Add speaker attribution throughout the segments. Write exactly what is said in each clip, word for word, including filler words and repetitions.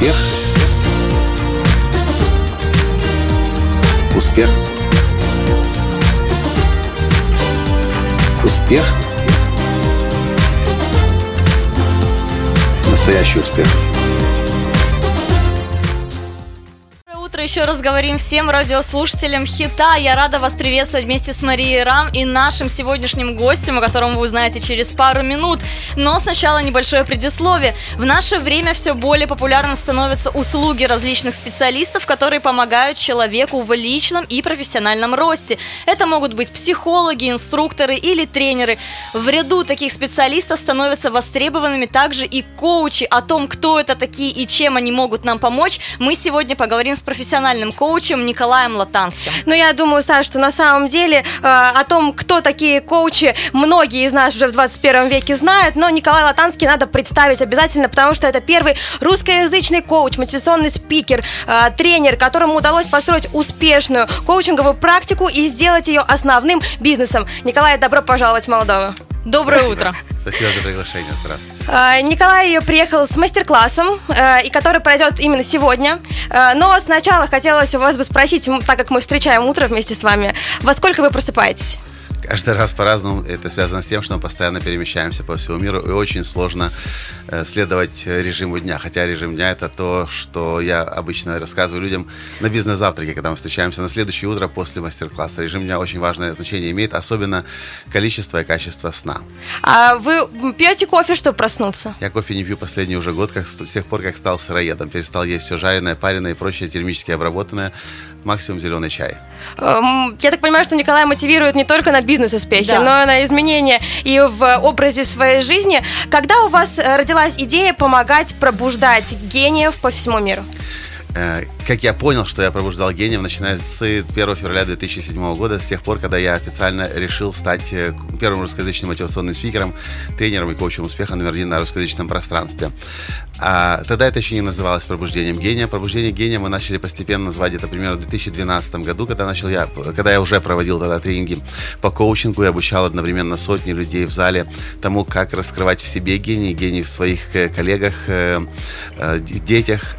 Speaker 1: Успех. Успех. Успех. Настоящий успех.
Speaker 2: Еще раз говорим всем радиослушателям Хита. Я рада вас приветствовать вместе с Марией Рам и нашим сегодняшним гостем, о котором вы узнаете через пару минут. Но сначала небольшое предисловие. В наше время все более популярным становятся услуги различных специалистов, которые помогают человеку в личном и профессиональном росте. Это могут быть психологи, инструкторы или тренеры. В ряду таких специалистов становятся востребованными также и коучи. О том, кто это такие и чем они могут нам помочь, мы сегодня поговорим с профессиональным профессиональным коучем Николаем Латанским.
Speaker 3: Ну, я думаю, Саш, что на самом деле э, о том, кто такие коучи, многие из нас уже в двадцать первом веке знают, но Николай Латанский надо представить обязательно, потому что это первый русскоязычный коуч, мотивационный спикер, э, тренер, которому удалось построить успешную коучинговую практику и сделать ее основным бизнесом. Николай, добро пожаловать в Молдову.
Speaker 2: Доброе утро.
Speaker 4: Спасибо за приглашение, здравствуйте.
Speaker 3: Николай приехал с мастер-классом, и который пройдет именно сегодня. Но сначала хотелось у вас бы спросить, так как мы встречаем утро вместе с вами, во сколько вы просыпаетесь?
Speaker 4: Каждый раз по-разному. Это связано с тем, что мы постоянно перемещаемся по всему миру, и очень сложно э, следовать режиму дня. Хотя режим дня — это то, что я обычно рассказываю людям на бизнес-завтраке, когда мы встречаемся на следующее утро после мастер-класса. Режим дня очень важное значение имеет, особенно количество и качество сна.
Speaker 3: А вы пьете кофе, чтобы проснуться?
Speaker 4: Я кофе не пью последний уже год, как, с тех пор, как стал сыроедом. Перестал есть все жареное, пареное и прочее термически обработанное. Максимум зеленый чай.
Speaker 3: Я так понимаю, что Николай мотивирует не только на бизнес-успехи,
Speaker 2: да.
Speaker 3: но и на изменения и в образе своей жизни. Когда у вас родилась идея помогать пробуждать гениев по всему миру?
Speaker 4: Как я понял, что я пробуждал гениев, начиная с первого февраля две тысячи седьмого года, с тех пор, когда я официально решил стать первым русскоязычным мотивационным спикером, тренером и коучем успеха номер один на русскоязычном пространстве. А тогда это еще не называлось пробуждением гения. Пробуждение гения мы начали постепенно называть это примерно в две тысячи двенадцатом году, когда, начал я, когда я уже проводил тогда тренинги по коучингу и обучал одновременно сотни людей в зале тому, как раскрывать в себе гений, гений в своих коллегах, детях.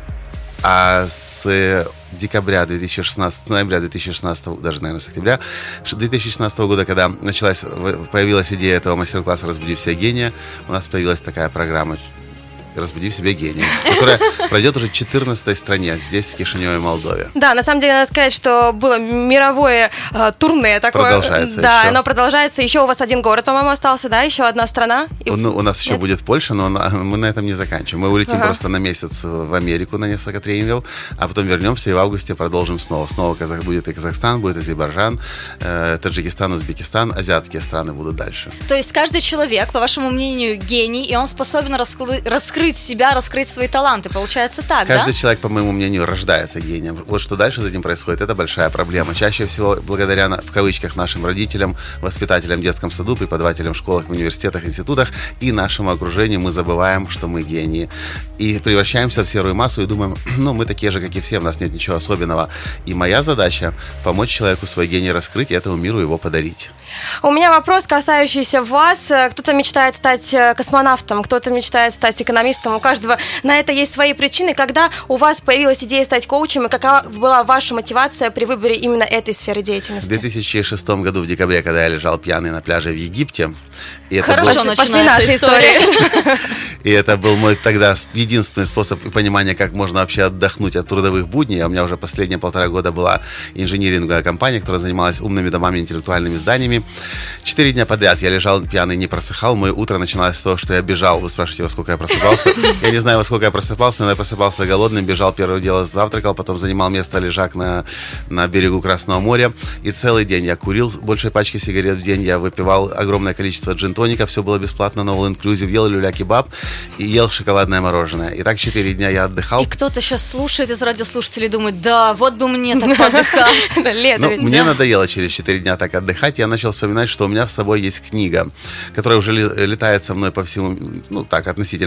Speaker 4: А с декабря две тысячи шестнадцатого, ноября две тысячи шестнадцатого, даже, наверное, с октября две тысячи шестнадцатого года, когда началась, появилась идея этого мастер-класса «Разбуди в себе гения», у нас появилась такая программа «Разбуди в себе гения», которая пройдет уже в четырнадцатой стране, здесь, в Кишиневе, Молдове.
Speaker 3: Да, на самом деле, надо сказать, что было мировое э, турне такое.
Speaker 4: Продолжается
Speaker 3: Да,
Speaker 4: еще.
Speaker 3: Оно продолжается. Еще у вас один город, по-моему, остался, да? Еще одна страна. И...
Speaker 4: Ну, у нас еще
Speaker 3: Нет?
Speaker 4: будет Польша, но мы на этом не заканчиваем. Мы улетим
Speaker 3: Ага.
Speaker 4: просто на месяц в Америку на несколько тренингов, а потом вернемся и в августе продолжим снова. Снова Казах... будет и Казахстан, будет Азербайджан, э, Таджикистан, Узбекистан, азиатские страны будут дальше.
Speaker 2: То есть каждый человек, по вашему мнению, гений, и он способен раскры- раскрыть себя, раскрыть свои таланты. Получается так,
Speaker 4: Каждый
Speaker 2: да?
Speaker 4: человек, по моему мнению, рождается гением. Вот что дальше за этим происходит, это большая проблема. Чаще всего благодаря, в кавычках, нашим родителям, воспитателям в детском саду, преподавателям в школах, в университетах, институтах и нашему окружению мы забываем, что мы гении. И превращаемся в серую массу и думаем, ну, мы такие же, как и все, у нас нет ничего особенного. И моя задача — помочь человеку свой гений раскрыть и этому миру его подарить.
Speaker 3: У меня вопрос, касающийся вас. Кто-то мечтает стать космонавтом, кто-то мечтает стать экономистом. У каждого на это есть свои причины. Когда у вас появилась идея стать коучем, и какова была ваша мотивация при выборе именно этой сферы деятельности?
Speaker 4: В две тысячи шестом году, в декабре, когда я лежал пьяный на пляже в Египте, и это
Speaker 2: Хорошо
Speaker 4: был...
Speaker 3: Пошли наши истории.
Speaker 4: И это был мой тогда единственный способ понимания, как можно вообще отдохнуть от трудовых будней. У меня уже последние полтора года была инжиниринговая компания, которая занималась умными домами, интеллектуальными зданиями. Четыре дня подряд я лежал пьяный, не просыхал. Мое утро начиналось с того, что я бежал. Вы спрашиваете, во сколько я просыпался? Я не знаю, во сколько я просыпался, но я просыпался голодным, бежал, первое дело завтракал, потом занимал место лежак на, на берегу Красного моря. И целый день я курил больше пачки сигарет в день, я выпивал огромное количество джин-тоника, все было бесплатно на all-inclusive, ел люля-кебаб и ел шоколадное мороженое. И так четыре дня я отдыхал.
Speaker 2: И кто-то сейчас слушает из радиослушателей и думает, да, вот бы мне так поотдыхать.
Speaker 4: Ну, мне надоело через четыре дня так отдыхать. Я начал вспоминать, что у меня с собой есть книга, которая уже летает со мной по всему, ну так, относительно по всему миру.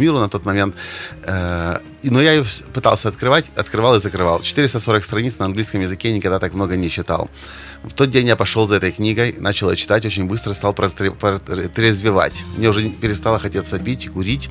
Speaker 4: миру на тот момент. Но я ее пытался открывать, открывал и закрывал. четыреста сорок страниц на английском языке, никогда так много не читал. В тот день я пошел за этой книгой, начал ее читать, очень быстро стал протрезвевать. Мне уже перестало хотеться пить и курить.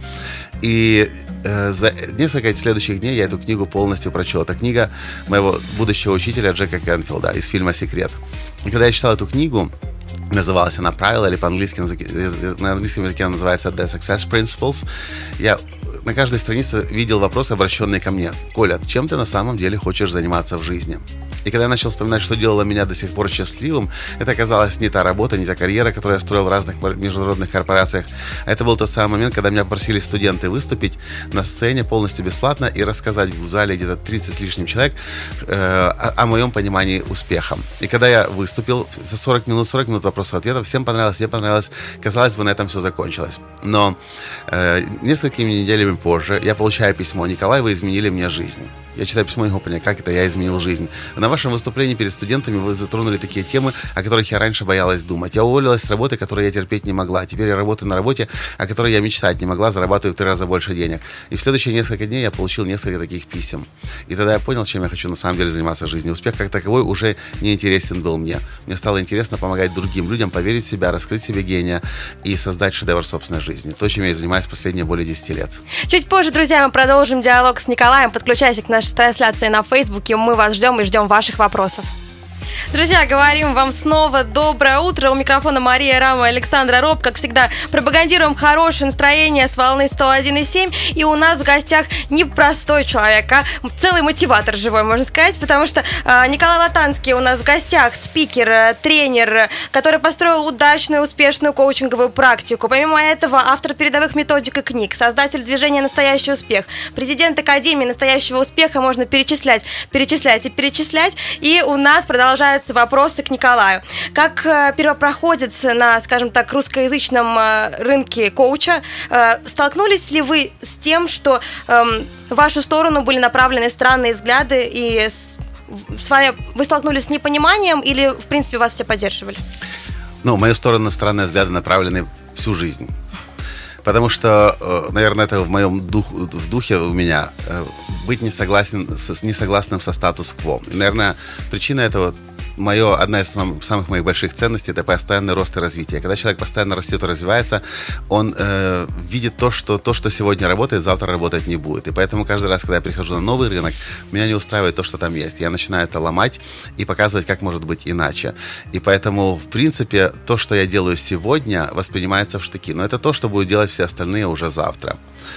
Speaker 4: И э, за несколько следующих дней я эту книгу полностью прочел. Это книга моего будущего учителя Джека Кенфилда из фильма «Секрет». И когда я читал эту книгу, называлась она «Правила», или по-английски, на английском языке она называется «The Success Principles», я на каждой странице видел вопрос, обращенный ко мне. «Коля, чем ты на самом деле хочешь заниматься в жизни?» И когда я начал вспоминать, что делало меня до сих пор счастливым, это оказалась не та работа, не та карьера, которую я строил в разных международных корпорациях. А это был тот самый момент, когда меня попросили студенты выступить на сцене полностью бесплатно и рассказать в зале где-то тридцать с лишним человек э, о, о моем понимании успеха. И когда я выступил за сорок минут, сорок минут вопросов-ответов, всем понравилось, мне понравилось. Казалось бы, на этом все закончилось. Но э, несколькими неделями позже я получаю письмо: «Николай, вы изменили мне жизнь». Я читаю письмо и не могу понять, как это я изменил жизнь. На вашем выступлении перед студентами вы затронули такие темы, о которых я раньше боялась думать. Я уволилась с работы, которую я терпеть не могла. Теперь я работаю на работе, о которой я мечтать не могла, зарабатываю в три раза больше денег. И в следующие несколько дней я получил несколько таких писем. И тогда я понял, чем я хочу на самом деле заниматься в жизни. Успех как таковой уже не интересен был мне. Мне стало интересно помогать другим людям поверить в себя, раскрыть себе гения и создать шедевр собственной жизни. То, чем я и занимаюсь последние более десяти лет.
Speaker 3: Чуть позже, друзья, мы продолжим диалог с Николаем. Подключайся к нашей трансляции на Фейсбуке. Мы вас ждем и ждем ваших вопросов. Друзья, говорим вам снова доброе утро. У микрофона Мария Рама и Александра Роб. Как всегда, пропагандируем хорошее настроение с волны сто один и семь. И у нас в гостях не простой человек, а целый мотиватор живой, можно сказать. Потому что э, Николай Латанский у нас в гостях, спикер, э, тренер, который построил удачную, успешную коучинговую практику. Помимо этого, автор передовых методик и книг, создатель движения «Настоящий успех», президент Академии настоящего успеха. Можно перечислять, перечислять и перечислять. И у нас продолжается вопросы к Николаю. Как э, первопроходец на, скажем так, русскоязычном э, рынке коуча, э, столкнулись ли вы с тем, что э, в вашу сторону были направлены странные взгляды, и с, с вами вы столкнулись с непониманием, или, в принципе, вас все поддерживали?
Speaker 4: Ну, в мою сторону странные взгляды направлены всю жизнь. Потому что, наверное, это в моем духе, в духе у меня быть не согласен, не согласным со статус-кво. И, наверное, причина этого мое, одна из самых, самых моих больших ценностей — это постоянный рост и развитие. Когда человек постоянно растет и развивается, он э, видит то что, то, что сегодня работает, завтра работать не будет. И поэтому каждый раз, когда я прихожу на новый рынок, меня не устраивает то, что там есть. Я начинаю это ломать и показывать, как может быть иначе. И поэтому, в принципе, то, что я делаю сегодня, воспринимается в штыки. Но это то, что будут делать все остальные уже завтра.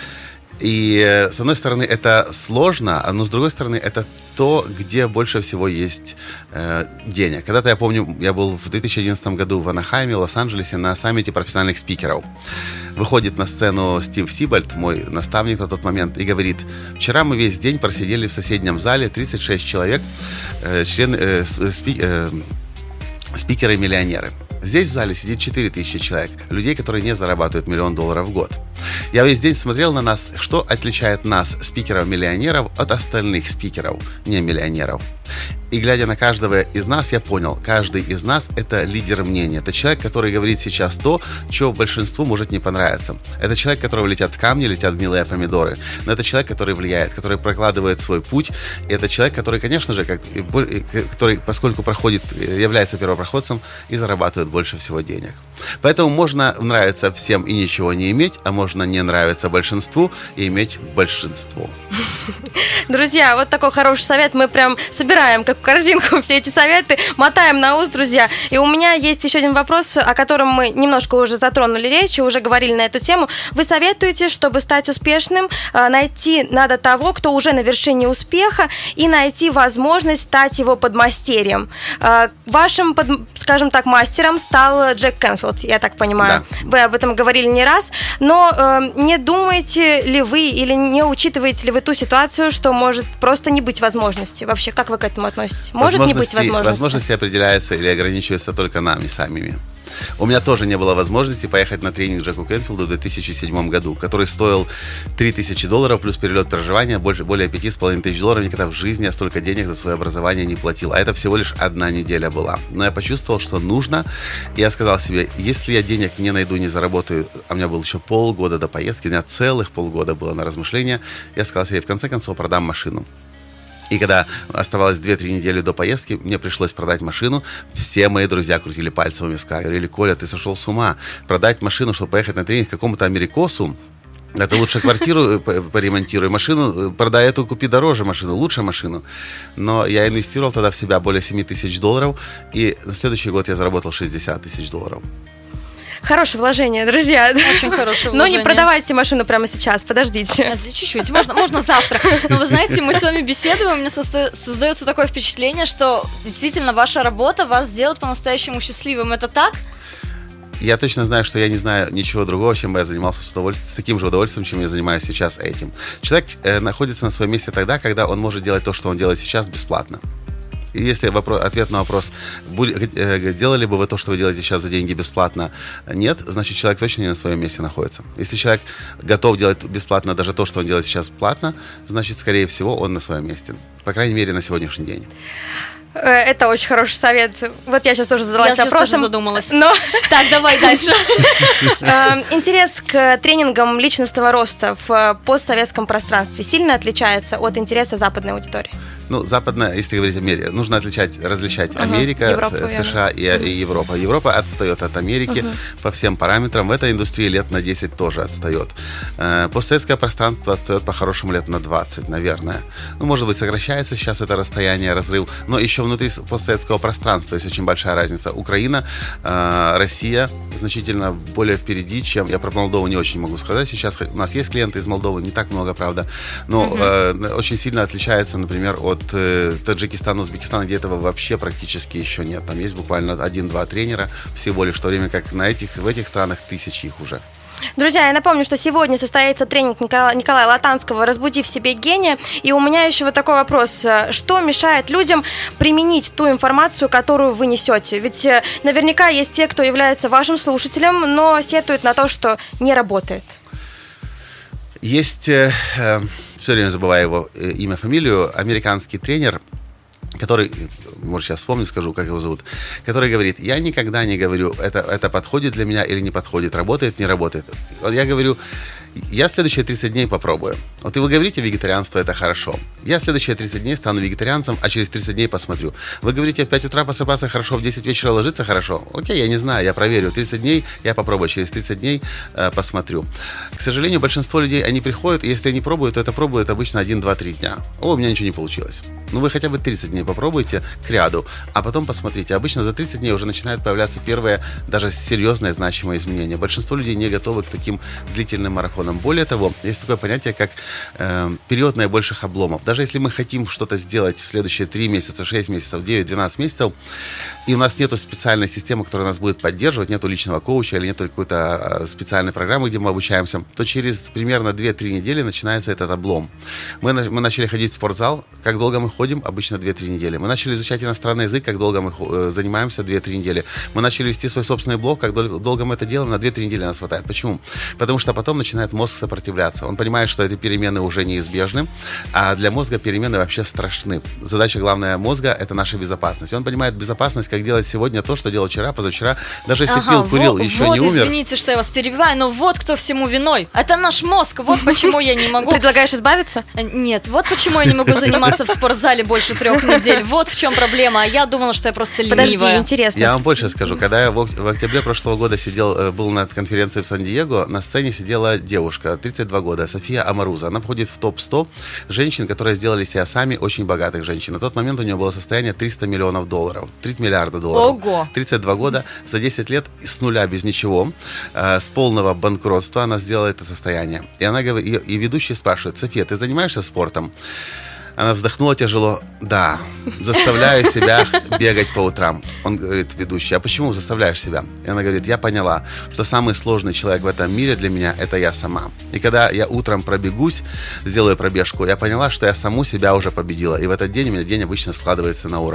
Speaker 4: И, с одной стороны, это сложно, но, с другой стороны, это то, где больше всего есть э, денег. Когда-то, я помню, я был в две тысячи одиннадцатом году в Анахайме, в Лос-Анджелесе, на саммите профессиональных спикеров. Выходит на сцену Стив Сибальд, мой наставник на тот момент, и говорит: вчера мы весь день просидели в соседнем зале, тридцать шесть человек, э, члены, э, спи, э, спикеры и миллионеры. Здесь в зале сидит четыре тысячи человек, людей, которые не зарабатывают миллион долларов в год. Я весь день смотрел на нас, что отличает нас, спикеров-миллионеров, от остальных спикеров, не миллионеров. И глядя на каждого из нас, я понял, каждый из нас – это лидер мнения. Это человек, который говорит сейчас то, что большинству может не понравиться. Это человек, которого летят камни, летят гнилые помидоры. Но это человек, который влияет, который прокладывает свой путь. И это человек, который, конечно же, как, который, поскольку проходит, является первопроходцем и зарабатывает больше всего денег. Поэтому можно нравиться всем и ничего не иметь, а можно не нравиться большинству и иметь большинство.
Speaker 3: Друзья, вот такой хороший совет. Мы прям собираем как в корзинку все эти советы, мотаем на ус, друзья. И у меня есть еще один вопрос, о котором мы немножко уже затронули речь, уже говорили на эту тему. Вы советуете, чтобы стать успешным, найти надо того, кто уже на вершине успеха, и найти возможность стать его подмастерьем. Вашим, скажем так, мастером стал Джек Кенфилд, я так понимаю. Да. Вы об этом говорили не раз. Но не думаете ли вы или не учитываете ли вы ту ситуацию, что может просто не быть возможности? Вообще, как вы к этому относитесь? Может не быть возможности?
Speaker 4: Возможности определяются или ограничиваются только нами самими. У меня тоже не было возможности поехать на тренинг Джеку Кенфилду в две тысячи седьмом году, который стоил три тысячи долларов плюс перелет проживания, больше, более пяти с половиной тысяч долларов. Никогда в жизни я столько денег за свое образование не платил. А это всего лишь одна неделя была. Но я почувствовал, что нужно. И я сказал себе, если я денег не найду, не заработаю, а у меня было еще полгода до поездки, у меня целых полгода было на размышления, я сказал себе, в конце концов продам машину. И когда оставалось две-три недели до поездки, мне пришлось продать машину. Все мои друзья крутили пальцем у виска. Говорили, Коля, ты сошел с ума. Продать машину, чтобы поехать на тренинг к какому-то америкосу. Это лучше квартиру поремонтируй, машину продай эту, купи дороже машину, лучше машину. Но я инвестировал тогда в себя более семь тысяч долларов. И на следующий год я заработал шестьдесят тысяч долларов.
Speaker 3: Хорошее вложение, друзья.
Speaker 2: Очень хорошее вложение.
Speaker 3: Но не продавайте машину прямо сейчас, подождите.
Speaker 2: Чуть-чуть, можно, можно завтра. Но вы знаете, мы с вами беседуем, у меня создается такое впечатление, что действительно ваша работа вас делает по-настоящему счастливым. Это так?
Speaker 4: Я точно знаю, что я не знаю ничего другого, чем бы я занимался с удовольствием, с таким же удовольствием, чем я занимаюсь сейчас этим. Человек э, находится на своем месте тогда, когда он может делать то, что он делает сейчас, бесплатно. И если вопрос, ответ на вопрос, делали бы вы то, что вы делаете сейчас за деньги бесплатно, нет, значит, человек точно не на своем месте находится. Если человек готов делать бесплатно даже то, что он делает сейчас платно, значит, скорее всего, он на своем месте. По крайней мере, на сегодняшний день.
Speaker 3: Это очень хороший совет. Вот я сейчас тоже задалась
Speaker 2: я
Speaker 3: вопросом. Я
Speaker 2: тоже задумалась.
Speaker 3: Но...
Speaker 2: Так, давай дальше.
Speaker 3: Интерес к тренингам личностного роста в постсоветском пространстве сильно отличается от интереса западной аудитории?
Speaker 4: Ну, западная, если говорить о мире, нужно отличать, различать uh-huh. Америка, Европу, США и, и Европа. Европа отстает от Америки uh-huh. по всем параметрам. В этой индустрии лет на десять тоже отстает. Постсоветское пространство отстает по-хорошему лет на двадцать, наверное. Ну, может быть, сокращается сейчас это расстояние, разрыв, но еще внутри постсоветского пространства есть очень большая разница. Украина, э, Россия значительно более впереди, чем... Я про Молдову не очень могу сказать сейчас. У нас есть клиенты из Молдовы, не так много, правда. Но uh-huh. э, очень сильно отличается, например, от э, Таджикистана, Узбекистана, где этого вообще практически еще нет. Там есть буквально один-два тренера всего лишь, в то время как на этих, в этих странах тысячи их уже.
Speaker 3: Друзья, я напомню, что сегодня состоится тренинг Николая, Николая Латанского «Разбуди в себе гения». И у меня еще вот такой вопрос. Что мешает людям применить ту информацию, которую вы несете? Ведь наверняка есть те, кто является вашим слушателем, но сетует на то, что не работает.
Speaker 4: Есть, э, все время забываю его имя, фамилию, американский тренер, который, может, сейчас вспомню, скажу, как его зовут, который говорит, я никогда не говорю, это, это подходит для меня или не подходит, работает, не работает. Я говорю, я следующие тридцать дней попробую. Вот и вы говорите, вегетарианство это хорошо. Я следующие тридцать дней стану вегетарианцем, а через тридцать дней посмотрю. Вы говорите, в пять утра просыпаться хорошо, в десять вечера ложиться хорошо. Окей, я не знаю, я проверю. тридцать дней я попробую, через тридцать дней э, посмотрю. К сожалению, большинство людей, они приходят, и если они пробуют, то это пробуют обычно один, два, три дня. О, у меня ничего не получилось. Ну, вы хотя бы тридцать дней попробуйте к ряду, а потом посмотрите. Обычно за тридцать дней уже начинают появляться первые, даже серьезные, значимые изменения. Большинство людей не готовы к таким длительным марафонам. Более того, есть такое понятие, как э, период наибольших обломов. Даже если мы хотим что-то сделать в следующие три месяца, шесть месяцев, девять-двенадцать месяцев, и у нас нету специальной системы, которая нас будет поддерживать, нету личного коуча или нету какой-то специальной программы, где мы обучаемся, то через примерно две-три недели начинается этот облом. Мы, мы начали ходить в спортзал. Как долго мы ходим? Обычно две-три недели. Мы начали изучать иностранный язык. Как долго мы э, занимаемся? две-три недели. Мы начали вести свой собственный блог. Как дол- долго мы это делаем? На две-три недели нас хватает. Почему? Потому что потом начинает мозг сопротивляться. Он понимает, что эти перемены уже неизбежны, а для мозга перемены вообще страшны. Задача главная мозга – это наша безопасность. Он понимает безопасность, как делать сегодня то, что делал вчера, позавчера. Даже если
Speaker 2: ага,
Speaker 4: пил, курил,
Speaker 2: вот,
Speaker 4: еще
Speaker 2: вот,
Speaker 4: не умер.
Speaker 2: Извините, что я вас перебиваю, но вот кто всему виной. Это наш мозг. Вот почему я не могу...
Speaker 3: Предлагаешь избавиться?
Speaker 2: Нет, вот почему я не могу заниматься в спортзале больше трех недель. Вот в чем проблема. А я думала, что я просто ленивая.
Speaker 3: Подожди, интересно.
Speaker 4: Я вам больше скажу. Когда я в, в октябре прошлого года сидел, был на конференции в Сан-Диего, на сцене сидела девушка, тридцать два года, София Амаруза. Она входит в топ сто женщин, которые сделали себя сами очень богатых женщин. На тот момент у нее было состояние триста миллионов долларов. три миллиарда долларов.
Speaker 2: Ого!
Speaker 4: тридцать два года, за десять лет с нуля, без ничего, э, с полного банкротства она сделала это состояние. И она говорит, и, и ведущий спрашивает: София, ты занимаешься спортом? Она вздохнула тяжело. Да, заставляю себя бегать по утрам. Он говорит, ведущий, а почему заставляешь себя? И она говорит, я поняла, что самый сложный человек в этом мире для меня – это я сама. И когда я утром пробегусь, сделаю пробежку, я поняла, что я саму себя уже победила. И в этот день у меня день обычно складывается на ура.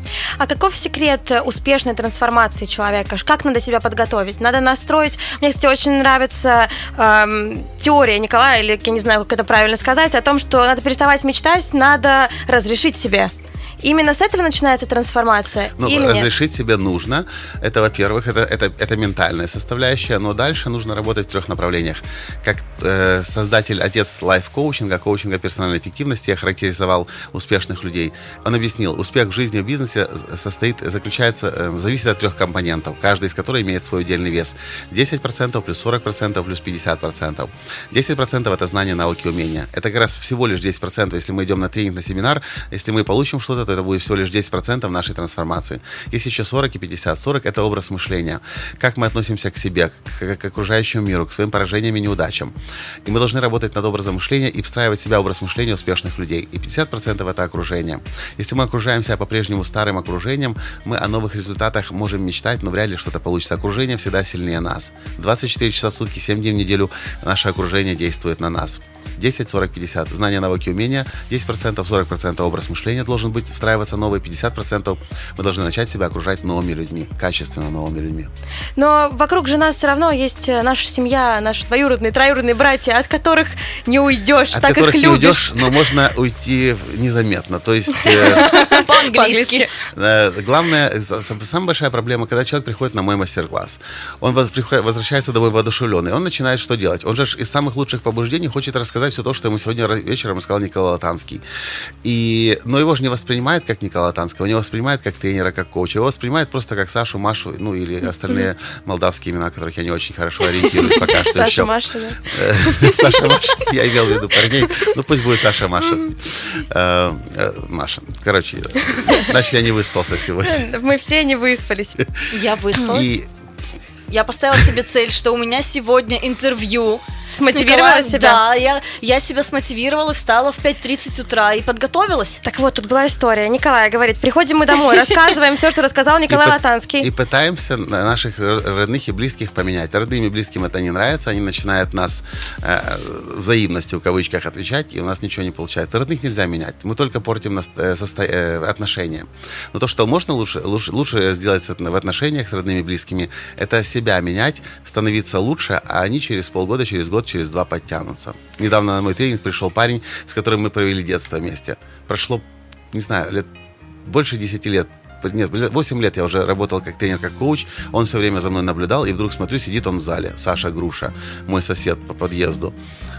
Speaker 3: А каков секрет успешной трансформации человека? Как надо себя подготовить? Надо настроить... Мне, кстати, очень нравится эм, теория Николая, или я не знаю, как это правильно сказать, о том, что надо переставать мечтать, надо разрешить себе. Именно с этого начинается трансформация?
Speaker 4: Ну,
Speaker 3: или
Speaker 4: разрешить
Speaker 3: нет?
Speaker 4: себе нужно. Это, во-первых, это, это, это ментальная составляющая, но дальше нужно работать в трех направлениях. Как э, создатель, отец лайф-коучинга, коучинга персональной эффективности, я характеризовал успешных людей. Он объяснил, успех в жизни и в бизнесе состоит, заключается, э, зависит от трех компонентов, каждый из которых имеет свой отдельный вес. десять процентов плюс сорок процентов плюс пятьдесят процентов. десять процентов это знания, навыки, умения. Это как раз всего лишь десять процентов, если мы идем на тренинг, на семинар, если мы получим что-то, то это будет всего лишь десять процентов нашей трансформации. Есть еще сорок и пятьдесят. сорок это образ мышления. Как мы относимся к себе, к, к окружающему миру, к своим поражениям и неудачам. И мы должны работать над образом мышления и встраивать в себя образ мышления успешных людей. И пятьдесят процентов это окружение. Если мы окружаем себя по-прежнему старым окружением, мы о новых результатах можем мечтать, но вряд ли что-то получится. Окружение всегда сильнее нас. двадцать четыре часа в сутки, семь дней в неделю наше окружение действует на нас. десять, сорок, пятьдесят. Знания, навыки, умения. десять процентов, сорок процентов образ мышления должен быть, встраиваться новый. пятьдесят процентов мы должны начать себя окружать новыми людьми, качественно новыми людьми.
Speaker 3: Но вокруг же нас все равно есть наша семья, наши двоюродные, троюродные братья, от которых не уйдешь,
Speaker 4: от
Speaker 3: так
Speaker 4: которых
Speaker 3: их
Speaker 4: не
Speaker 3: любишь.
Speaker 4: уйдешь, но можно уйти незаметно. То есть...
Speaker 2: По-английски.
Speaker 4: Главное, самая большая проблема, когда человек приходит на мой мастер-класс, он возвращается домой воодушевленный, он начинает что делать? Он же из самых лучших побуждений хочет рассказать все то, что ему сегодня вечером рассказал Николай Латанский. И, но его же не воспринимает как Николая Латанского, его не воспринимает как тренера, как коуча, его воспринимает просто как Сашу, Машу, ну или остальные молдавские имена, которых я не очень хорошо ориентируюсь пока что.
Speaker 3: Саша, Маша, да.
Speaker 4: Саша, Маша, я имел в виду парней, ну пусть будет Саша, Маша. Маша, короче, значит, я не выспался сегодня.
Speaker 3: Мы все не выспались.
Speaker 2: Я выспалась.
Speaker 4: И
Speaker 2: Я поставила себе цель, что у меня сегодня интервью.
Speaker 3: Смотивировала себя?
Speaker 2: Да, я, я себя смотивировала, встала в пять тридцать утра и подготовилась.
Speaker 3: Так вот, тут была история. Николай говорит, приходим мы домой, рассказываем все, что рассказал Николай
Speaker 4: и
Speaker 3: Латанский.
Speaker 4: И пытаемся наших родных и близких поменять. Родным и близким это не нравится, они начинают нас э, взаимностью в кавычках отвечать, и у нас ничего не получается. Родных нельзя менять, мы только портим нас, э, состо... э, отношения. Но то, что можно лучше, лучше, лучше сделать в отношениях с родными и близкими, это себя менять, становиться лучше, а они через полгода, через год, через два подтянутся. Недавно на мой тренинг пришел парень, с которым мы провели детство вместе. Прошло, не знаю, лет больше десяти лет. Нет, восемь лет я уже работал как тренер, как коуч. Он все время за мной наблюдал, и вдруг смотрю, сидит он в зале. Саша Груша, мой сосед по подъезду.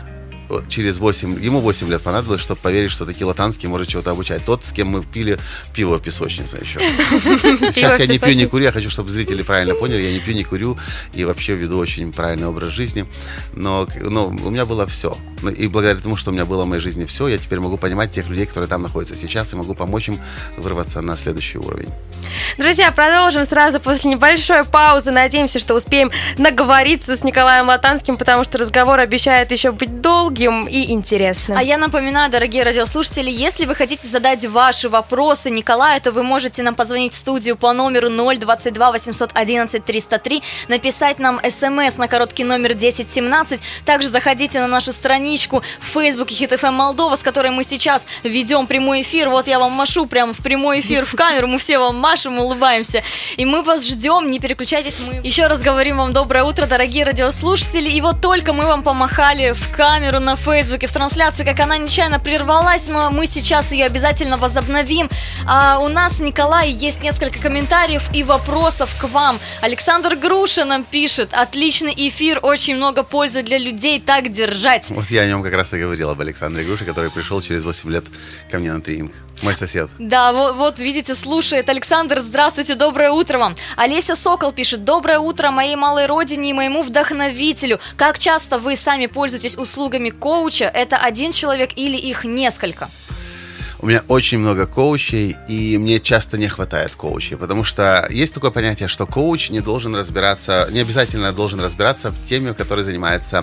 Speaker 4: Через восемь, ему восемь лет понадобилось, чтобы поверить, что таки Латанский может чего-то обучать. Тот, с кем мы пили пиво в песочнице еще. Сейчас я не пью, не курю, я хочу, чтобы зрители правильно поняли, я не пью, не курю и вообще веду очень правильный образ жизни. Но, но у меня было все. И благодаря тому, что у меня было в моей жизни все, я теперь могу понимать тех людей, которые там находятся сейчас, и могу помочь им вырваться на следующий уровень.
Speaker 3: Друзья, продолжим сразу после небольшой паузы. Надеемся, что успеем наговориться с Николаем Латанским, потому что разговор обещает еще быть долгим и интересным.
Speaker 2: А я напоминаю, дорогие радиослушатели, если вы хотите задать ваши вопросы Николаю, то вы можете нам позвонить в студию по номеру ноль двадцать два восемьсот одиннадцать триста три, написать нам смс на короткий номер десять семнадцать. Также заходите на нашу страничку в Фейсбуке Хит эф эм Молдова, с которой мы сейчас ведем прямой эфир. Вот я вам машу прямо в прямой эфир в камеру, мы все вам машем, улыбаемся. И мы вас ждем, не переключайтесь. Мы еще раз говорим вам доброе утро, дорогие радиослушатели. И вот только мы вам помахали в камеру на Фейсбуке, в трансляции, как она нечаянно прервалась, но мы сейчас ее обязательно возобновим. А у нас, Николай, есть несколько комментариев и вопросов к вам. Александр Груша нам пишет: отличный эфир, очень много пользы для людей, так держать.
Speaker 4: Вот я о нем как раз и говорил, об Александре Груше, который пришел через восемь лет ко мне на тренинг. Мой сосед.
Speaker 2: Да, вот, вот видите, слушает. Александр, здравствуйте, доброе утро вам. Олеся Сокол пишет: доброе утро моей малой родине и моему вдохновителю. Как часто вы сами пользуетесь услугами коуча? Это один человек или их несколько?
Speaker 4: У меня очень много коучей, и мне часто не хватает коучей, потому что есть такое понятие, что коуч не должен разбираться, не обязательно должен разбираться в теме, которой занимается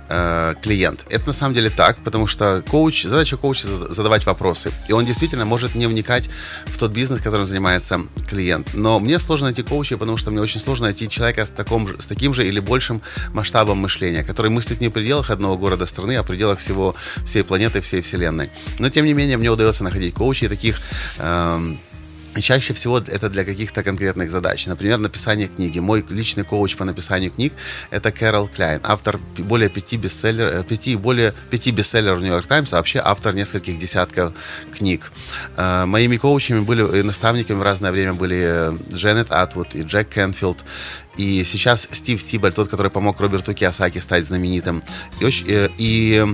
Speaker 4: э, клиент. Это на самом деле так, потому что коуч, задача коуча задавать вопросы, и он действительно может не вникать в тот бизнес, которым занимается клиент. Но мне сложно найти коуча, потому что мне очень сложно найти человека с, таком, с таким же или большим масштабом мышления, который мыслит не в пределах одного города, страны, а в пределах всего, всей планеты, всей вселенной. Но тем не менее, мне удается находить коучей таких, э, И чаще всего это для каких-то конкретных задач. Например, написание книги. Мой личный коуч по написанию книг – это Кэрол Кляйн, автор более пяти бестселлеров, пяти, более пяти бестселлеров в Нью-Йорк Таймс, а вообще автор нескольких десятков книг. Моими коучами были и наставниками в разное время были Дженнет Атвуд и Джек Кенфилд. И сейчас Стив Сибаль, тот, который помог Роберту Кийосаки стать знаменитым. И, и, и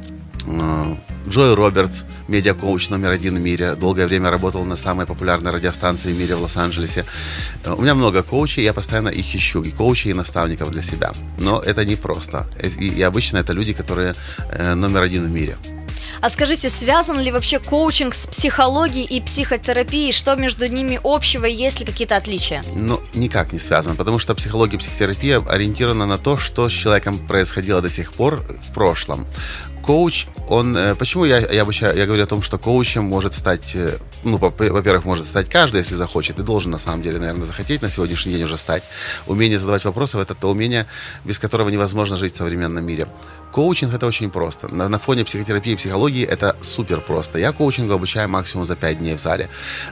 Speaker 4: Джой Робертс, медиа-коуч номер один в мире, долгое время работал на самой популярной радиостанции в мире в Лос-Анджелесе. У меня много коучей, я постоянно их ищу, и коучей, и наставников для себя. Но это не просто. И, и обычно это люди, которые номер один в мире.
Speaker 2: А скажите, связан ли вообще коучинг с психологией и психотерапией? Что между ними общего, и есть ли какие-то отличия?
Speaker 4: Ну, никак не связан, потому что психология и психотерапия ориентирована на то, что с человеком происходило до сих пор в прошлом. Коуч, он... Почему я, я, обучаю, я говорю о том, что коучем может стать... Ну, во-первых, может стать каждый, если захочет. И должен, на самом деле, наверное, захотеть на сегодняшний день уже стать. Умение задавать вопросы – это то умение, без которого невозможно жить в современном мире. Коучинг – это очень просто. На, на фоне психотерапии и психологии это супер просто. Я коучингу обучаю максимум за пять дней в зале.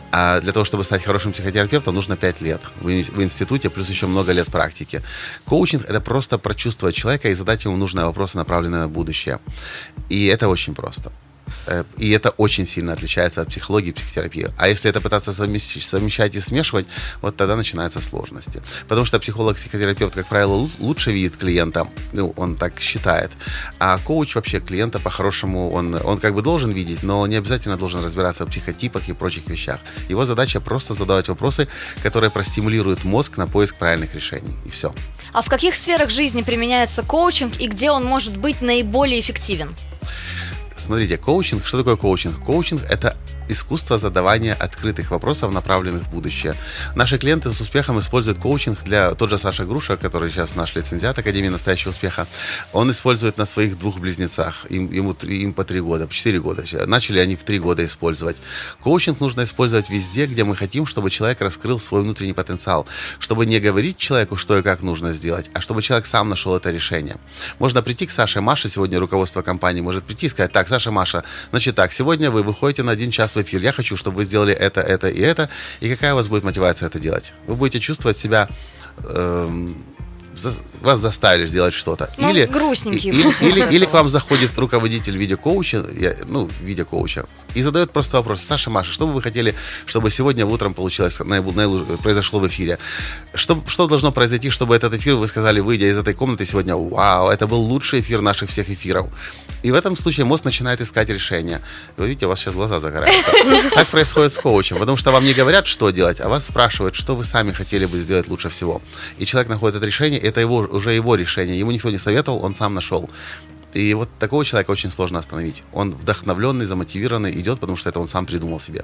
Speaker 4: А для того, чтобы стать хорошим психотерапевтом, нужно пять лет в, в институте, плюс еще много лет практики. Коучинг – это просто прочувствовать человека и задать ему нужные вопросы, направленные на будущее. И это очень просто. И это очень сильно отличается от психологии и психотерапии. А если это пытаться совмещать и смешивать, вот тогда начинаются сложности. Потому что психолог-психотерапевт, как правило, лучше видит клиента, ну, он так считает. А коуч вообще клиента по-хорошему, он, он как бы должен видеть, но не обязательно должен разбираться в психотипах и прочих вещах. Его задача просто задавать вопросы, которые простимулируют мозг на поиск правильных решений. И все.
Speaker 2: А в каких сферах жизни применяется коучинг и где он может быть наиболее эффективен?
Speaker 4: Смотрите, коучинг, что такое коучинг? Коучинг – это искусство задавания открытых вопросов, направленных в будущее. Наши клиенты с успехом используют коучинг для... Тот же Саша Груша, который сейчас наш лицензиат Академии настоящего успеха, он использует на своих двух близнецах. Им, ему, им по три года, по четыре года. Начали они в три года использовать. Коучинг нужно использовать везде, где мы хотим, чтобы человек раскрыл свой внутренний потенциал. Чтобы не говорить человеку, что и как нужно сделать, а чтобы человек сам нашел это решение. Можно прийти к Саше, Маше, сегодня руководство компании может прийти и сказать: так, Саша, Маша, значит так, сегодня вы выходите на один час в эфир. Я хочу, чтобы вы сделали это, это и это. И какая у вас будет мотивация это делать? Вы будете чувствовать себя... Эм, за, вас заставили сделать что-то.
Speaker 2: Ну,
Speaker 4: или,
Speaker 2: грустненький.
Speaker 4: Или, или, или к вам заходит руководитель в виде коуча, ну, в виде коуча, и задает просто вопрос: Саша, Маша, что бы вы хотели, чтобы сегодня утром получилось, произошло в эфире? Что, что должно произойти, чтобы этот эфир, вы сказали, выйдя из этой комнаты сегодня: вау, это был лучший эфир наших всех эфиров. И в этом случае мозг начинает искать решение. Вы видите, у вас сейчас глаза загораются. Так происходит с коучем, потому что вам не говорят, что делать, а вас спрашивают, что вы сами хотели бы сделать лучше всего. И человек находит это решение, это его, уже его решение. Ему никто не советовал, он сам нашел. И вот такого человека очень сложно остановить. Он вдохновленный, замотивированный идет, потому что это он сам придумал себе.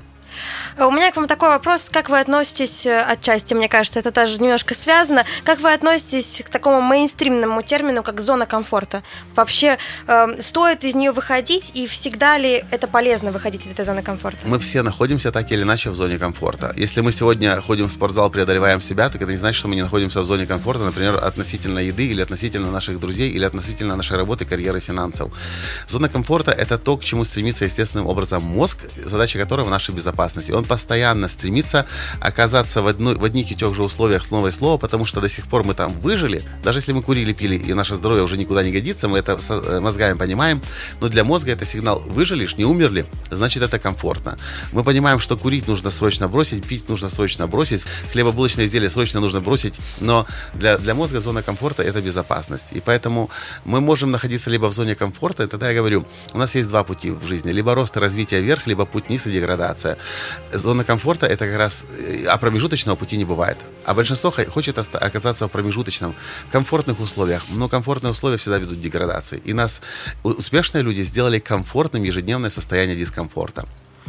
Speaker 3: У меня к вам такой вопрос. Как вы относитесь, отчасти, мне кажется, это даже немножко связано, как вы относитесь к такому мейнстримному термину, как зона комфорта? Вообще, э, стоит из нее выходить, и всегда ли это полезно выходить из этой зоны комфорта?
Speaker 4: Мы все находимся так или иначе в зоне комфорта. Если мы сегодня ходим в спортзал, преодолеваем себя, так это не значит, что мы не находимся в зоне комфорта, например, относительно еды, или относительно наших друзей, или относительно нашей работы, карьеры, финансов. Зона комфорта – это то, к чему стремится естественным образом мозг, задача которого – наша безопасность. Он постоянно стремится оказаться в, одной, в одних и тех же условиях снова и снова, потому что до сих пор мы там выжили. Даже если мы курили, пили, и наше здоровье уже никуда не годится, мы это мозгами понимаем, но для мозга это сигнал: выжили, не умерли, значит, это комфортно. Мы понимаем, что курить нужно срочно бросить, пить нужно срочно бросить, хлебобулочные изделия срочно нужно бросить, но для, для мозга зона комфорта – это безопасность. И поэтому мы можем находиться либо в зоне комфорта, и тогда я говорю, у нас есть два пути в жизни: либо рост и развитие вверх, либо путь вниз и деградация. Зона комфорта – это как раз... А промежуточного пути не бывает. А большинство хочет оказаться в промежуточном, комфортных условиях. Но комфортные условия всегда ведут к деградации. И нас, успешные люди, сделали комфортным ежедневное состояние дискомфорта.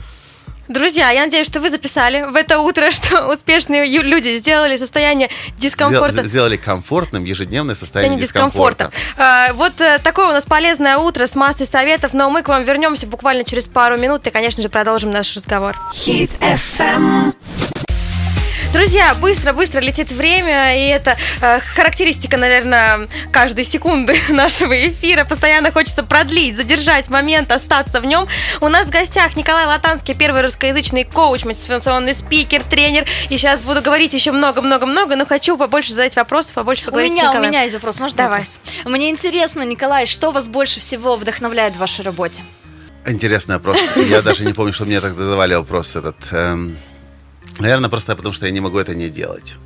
Speaker 3: Друзья, я надеюсь, что вы записали в это утро, что успешные люди сделали состояние дискомфорта.
Speaker 4: Сделали комфортным ежедневное состояние дискомфорта.
Speaker 3: дискомфорта. Вот такое у нас полезное утро с массой советов, но мы к вам вернемся буквально через пару минут и, конечно же, продолжим наш разговор.
Speaker 1: Хит эф эм.
Speaker 3: Друзья, быстро-быстро летит время, и это э, характеристика, наверное, каждой секунды нашего эфира. Постоянно хочется продлить, задержать момент, остаться в нем. У нас в гостях Николай Латанский, первый русскоязычный коуч, мотивационный спикер, тренер. И сейчас буду говорить еще много-много-много, но хочу побольше задать вопросов, побольше поговорить
Speaker 2: у меня,
Speaker 3: с Николаем.
Speaker 2: У меня есть вопрос, можно
Speaker 3: Давай.
Speaker 2: вопрос? Мне интересно, Николай, что вас больше всего вдохновляет в вашей работе?
Speaker 4: Интересный вопрос. Я даже не помню, что мне тогда задавали вопрос этот. Эм, наверное, просто потому, что я не могу это не делать.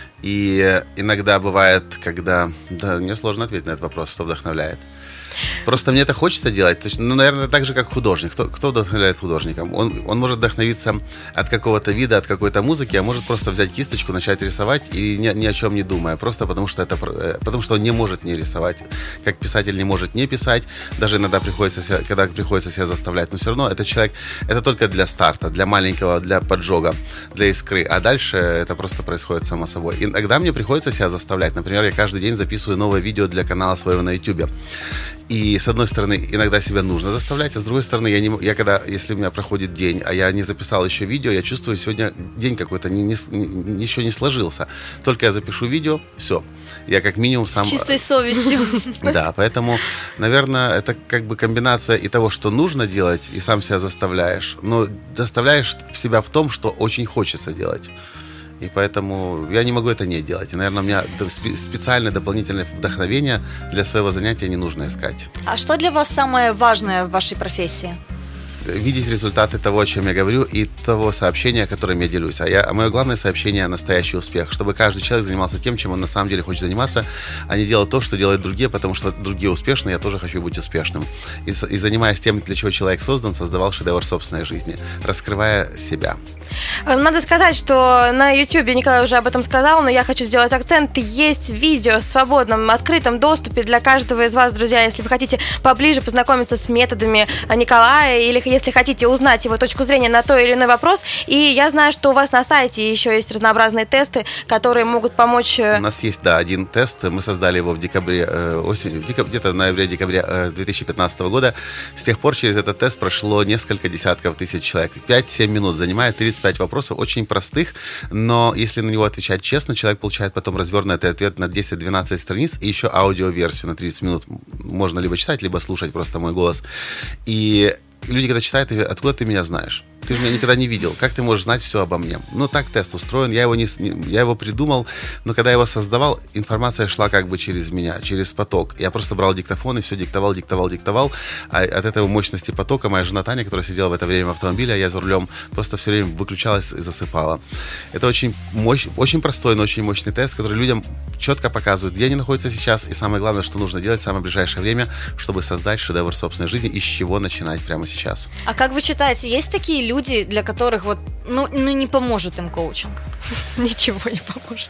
Speaker 4: И иногда бывает, когда... Да, мне сложно ответить на этот вопрос, что вдохновляет. Просто мне это хочется делать. Ну, наверное, так же, как художник. Кто, кто вдохновляет художником? Он, он может вдохновиться от какого-то вида, от какой-то музыки, а может просто взять кисточку, начать рисовать и ни, ни о чем не думая. Просто потому что, это, потому что он не может не рисовать. Как писатель не может не писать. Даже иногда приходится себя, когда приходится себя заставлять. Но все равно этот человек, это только для старта, для маленького, для поджога, для искры. А дальше это просто происходит само собой. Иногда мне приходится себя заставлять. Например, я каждый день записываю новое видео для канала своего на YouTube. И, с одной стороны, иногда себя нужно заставлять, а с другой стороны, я, не, я когда, если у меня проходит день, а я не записал еще видео, я чувствую, сегодня день какой-то не, не, не, еще не сложился. Только я запишу видео, все. Я как минимум сам...
Speaker 2: С чистой совестью.
Speaker 4: Да, поэтому, наверное, это как бы комбинация и того, что нужно делать, и сам себя заставляешь, но заставляешь себя в том, что очень хочется делать. И поэтому я не могу это не делать. И, наверное, у меня специальное дополнительное вдохновение для своего занятия не нужно искать.
Speaker 2: А что для вас самое важное в вашей профессии?
Speaker 4: Видеть результаты того, о чем я говорю, и того сообщения, которым я делюсь. А, я, а мое главное сообщение – настоящий успех. Чтобы каждый человек занимался тем, чем он на самом деле хочет заниматься, а не делал то, что делают другие, потому что другие успешны, я тоже хочу быть успешным. И, и занимаясь тем, для чего человек создан, создавал шедевр собственной жизни, раскрывая себя.
Speaker 3: Надо сказать, что на YouTube, Николай уже об этом сказал, но я хочу сделать акцент. Есть видео в свободном, открытом доступе для каждого из вас, друзья. Если вы хотите поближе познакомиться с методами Николая, или если хотите узнать его точку зрения на той или иной вопрос. И я знаю, что у вас на сайте еще есть разнообразные тесты, которые могут помочь...
Speaker 4: У нас есть, да, один тест. Мы создали его в декабре, э, осенью, декаб, где-то в ноябре-декабре э, две тысячи пятнадцатого года. С тех пор через этот тест прошло несколько десятков тысяч человек. пять-семь минут занимает, тридцать пять вопросов, очень простых, но если на него отвечать честно, человек получает потом развернутый ответ на десять-двенадцать страниц и еще аудиоверсию на тридцать минут. Можно либо читать, либо слушать просто мой голос. И люди, когда читают, говорят: откуда ты меня знаешь? Ты же меня никогда не видел. Как ты можешь знать все обо мне? Ну, так тест устроен. Я его, не, я его придумал, но когда я его создавал, информация шла как бы через меня, через поток. Я просто брал диктофон и все диктовал, диктовал, диктовал. А от этой мощности потока моя жена Таня, которая сидела в это время в автомобиле, а я за рулем, просто все время выключалась и засыпала. Это очень, мощь, очень простой, но очень мощный тест, который людям четко показывает, где они находятся сейчас, и самое главное, что нужно делать в самое ближайшее время, чтобы создать шедевр собственной жизни, и с чего начинать прямо сейчас.
Speaker 2: А как вы считаете, есть такие люди, люди, для которых вот, ну, ну не поможет им коучинг?
Speaker 3: Ничего не поможет.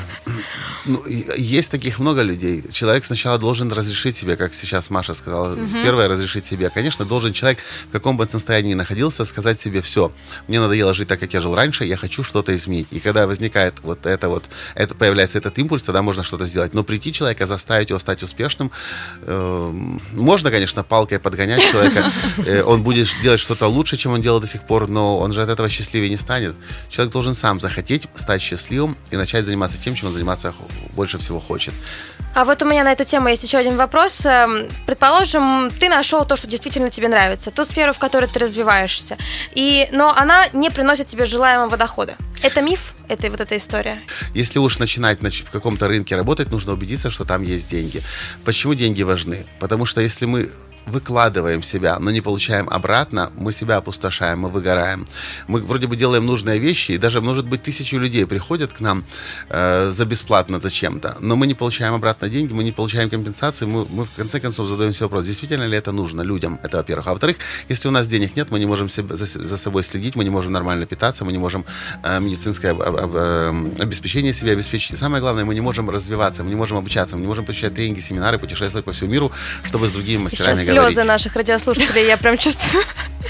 Speaker 4: Ну, есть таких много людей. Человек сначала должен разрешить себе, как сейчас Маша сказала, uh-huh. первое, разрешить себе. Конечно, должен человек, в каком бы состоянии ни находился, сказать себе: все, мне надоело жить так, как я жил раньше, я хочу что-то изменить. И когда возникает вот это вот, это, появляется этот импульс, тогда можно что-то сделать. Но прийти человека, заставить его стать успешным, э, можно, конечно, палкой подгонять человека, э, он будет делать что-то лучше, чем он делал до сих пор, но он же от этого счастливее не станет. Человек должен сам захотеть стать счастливым и начать заниматься тем, чем он заниматься больше всего хочет.
Speaker 3: А вот у меня на эту тему есть еще один вопрос. Предположим, ты нашел то, что действительно тебе нравится, ту сферу, в которой ты развиваешься, и, но она не приносит тебе желаемого дохода. Это миф? Это вот эта история?
Speaker 4: Если уж начинать в каком-то рынке работать, нужно убедиться, что там есть деньги. Почему деньги важны? Потому что если мы выкладываем себя, но не получаем обратно, мы себя опустошаем, мы выгораем. Мы вроде бы делаем нужные вещи, и даже, может быть, тысячи людей приходят к нам э, за бесплатно зачем-то, но мы не получаем обратно деньги, мы не получаем компенсации, мы, мы в конце концов задаем себе вопрос, действительно ли это нужно людям, это во-первых. А во-вторых, если у нас денег нет, мы не можем себе, за, за собой следить, мы не можем нормально питаться, мы не можем э, медицинское об, об, э, обеспечение себе обеспечить. И самое главное, мы не можем развиваться, мы не можем обучаться, мы не можем посещать тренинги, семинары, путешествовать по всему миру, чтобы с другими мастерами
Speaker 3: Сейчас
Speaker 4: говорить.
Speaker 3: Слезы наших радиослушателей, я прям чувствую.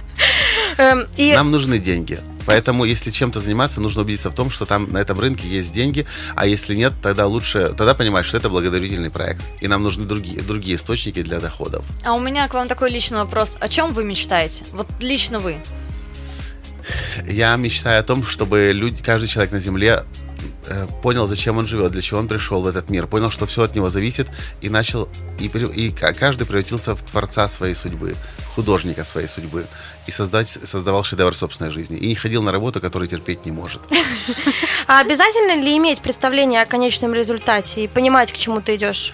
Speaker 4: И... Нам нужны деньги. Поэтому, если чем-то заниматься, нужно убедиться в том, что там на этом рынке есть деньги, а если нет, тогда лучше, тогда понимать, что это благотворительный проект. И нам нужны другие, другие источники для доходов.
Speaker 2: А у меня к вам такой личный вопрос. О чем вы мечтаете? Вот лично вы.
Speaker 4: Я мечтаю о том, чтобы люди, каждый человек на Земле понял, зачем он живет, для чего он пришел в этот мир, понял, что все от него зависит, и начал, и, и каждый превратился в творца своей судьбы, художника своей судьбы, и создать, создавал шедевр собственной жизни, и не ходил на работу, которую терпеть не может.
Speaker 3: А обязательно ли иметь представление о конечном результате и понимать, к чему ты идешь?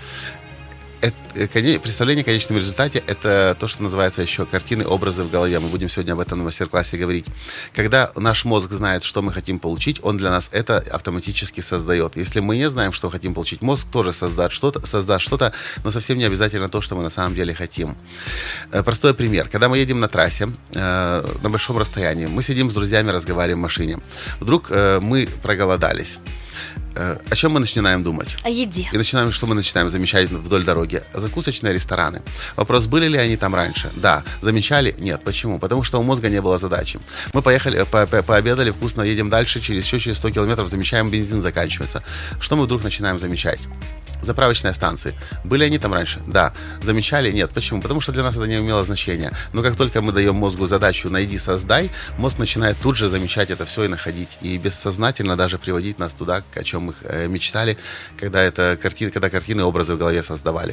Speaker 4: Это, представление о конечном результате – это то, что называется еще картины, образы в голове. Мы будем сегодня об этом на мастер-классе говорить. Когда наш мозг знает, что мы хотим получить, он для нас это автоматически создает. Если мы не знаем, что хотим получить, мозг тоже создаст что-то, создаст что-то, но совсем не обязательно то, что мы на самом деле хотим. Простой пример. Когда мы едем на трассе на большом расстоянии, мы сидим с друзьями, разговариваем в машине. Вдруг мы проголодались. О чем мы начинаем думать?
Speaker 2: О еде.
Speaker 4: И начинаем, что мы начинаем замечать вдоль дороги? Закусочные рестораны. Вопрос, были ли они там раньше? Да. Замечали? Нет. Почему? Потому что у мозга не было задачи. Мы поехали, по по пообедали, вкусно, едем дальше, через, еще через сто километров замечаем, бензин заканчивается. Что мы вдруг начинаем замечать? Заправочные станции. Были они там раньше? Да. Замечали? Нет. Почему? Потому что для нас это не имело значения. Но как только мы даем мозгу задачу «найди, создай», мозг начинает тут же замечать это все и находить. И бессознательно даже приводить нас туда, о чем мы мечтали, когда, это картины, когда картины и образы в голове создавали.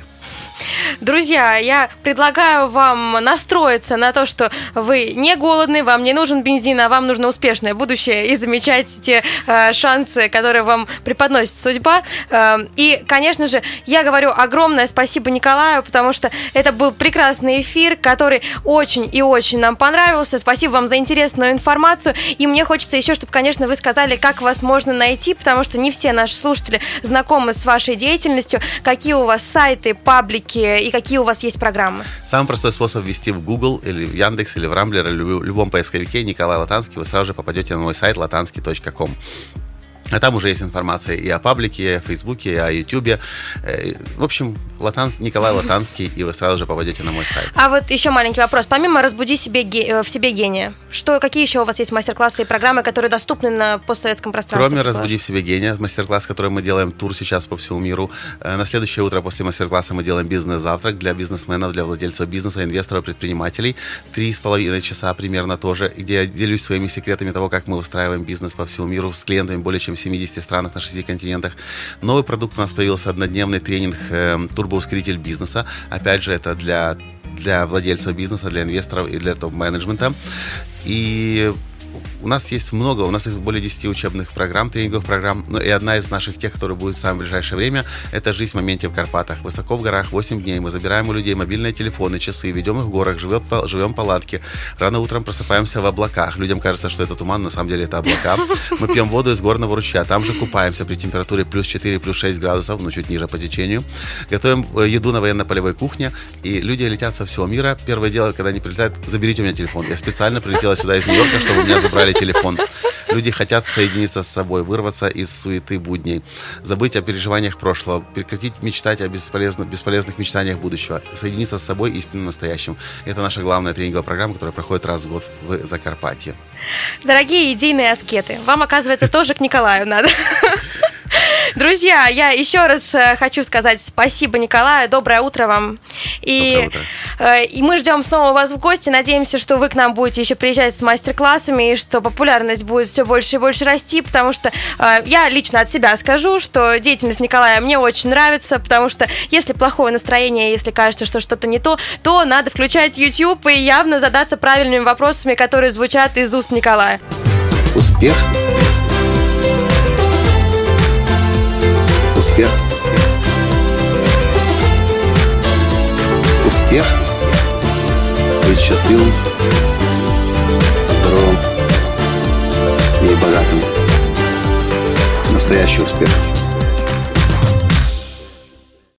Speaker 3: Друзья, я предлагаю вам настроиться на то, что вы не голодны, вам не нужен бензин, а вам нужно успешное будущее и замечать те э, шансы, которые вам преподносит судьба. Э, и, конечно же, я говорю огромное спасибо Николаю, потому что это был прекрасный эфир, который очень и очень нам понравился. Спасибо вам за интересную информацию. И мне хочется еще, чтобы, конечно, вы сказали, как вас можно найти, потому что не все наши слушатели знакомы с вашей деятельностью. Какие у вас сайты, паблики и какие у вас есть программы?
Speaker 4: Самый простой способ ввести в Google или в Яндекс или в Рамблер или в любом поисковике Николай Латанский, вы сразу же попадете на мой сайт латанский точка ком. А там уже есть информация и о паблике, и о Фейсбуке, и о Ютубе. В общем, Латанс, Николай Латанский, и вы сразу же попадете на мой сайт.
Speaker 3: А вот еще маленький вопрос. Помимо «Разбуди себе, в себе гения», что, какие еще у вас есть мастер-классы и программы, которые доступны на постсоветском пространстве?
Speaker 4: Кроме «Разбуди в себе гения», мастер-класс, который мы делаем, тур сейчас по всему миру. На следующее утро после мастер-класса мы делаем бизнес-завтрак для бизнесменов, для владельцев бизнеса, инвесторов, предпринимателей. Три с половиной часа примерно тоже, где я делюсь своими секретами того, как мы устраиваем бизнес по всему миру с клиентами более чем в семидесяти странах на шести континентах. Новый продукт у нас появился, однодневный тренинг э, «Турбоускоритель бизнеса». Опять же, это для, для владельцев бизнеса, для инвесторов и для топ-менеджмента. И у нас есть много, у нас есть более десяти учебных программ, тренинговых программ, но и одна из наших тех, которая будет в самое ближайшее время, это «Жизнь в моменте в Карпатах». Высоко в горах, восемь дней, мы забираем у людей мобильные телефоны, часы, ведем их в горах, живет, живем в палатке, рано утром просыпаемся в облаках, людям кажется, что это туман, на самом деле это облака, мы пьем воду из горного ручья, там же купаемся при температуре плюс четыре, плюс шесть градусов, ну чуть ниже по течению, готовим еду на военно-полевой кухне, и люди летят со всего мира. Первое дело, когда они прилетают, заберите у меня телефон, я специально прилетела сюда из Нью-Йорка, чтобы у меня забрали телефон. Люди хотят соединиться с собой, вырваться из суеты будней, забыть о переживаниях прошлого, прекратить мечтать о бесполезных, бесполезных мечтаниях будущего, соединиться с собой истинным настоящим. Это наша главная тренинговая программа, которая проходит раз в год в Закарпатье.
Speaker 3: Дорогие идейные аскеты, вам, оказывается, тоже к Николаю надо. Друзья, я еще раз хочу сказать спасибо Николаю, доброе утро вам. И,
Speaker 4: утро.
Speaker 3: и мы ждем снова вас в гости, надеемся, что вы к нам будете еще приезжать с мастер-классами, и что популярность будет все больше и больше расти, потому что я лично от себя скажу, что деятельность Николая мне очень нравится, потому что если плохое настроение, если кажется, что что-то не то, то надо включать YouTube и явно задаться правильными вопросами, которые звучат из уст Николая.
Speaker 1: Успех. Успех. Успех. Быть счастливым, здоровым и богатым. Настоящий успех.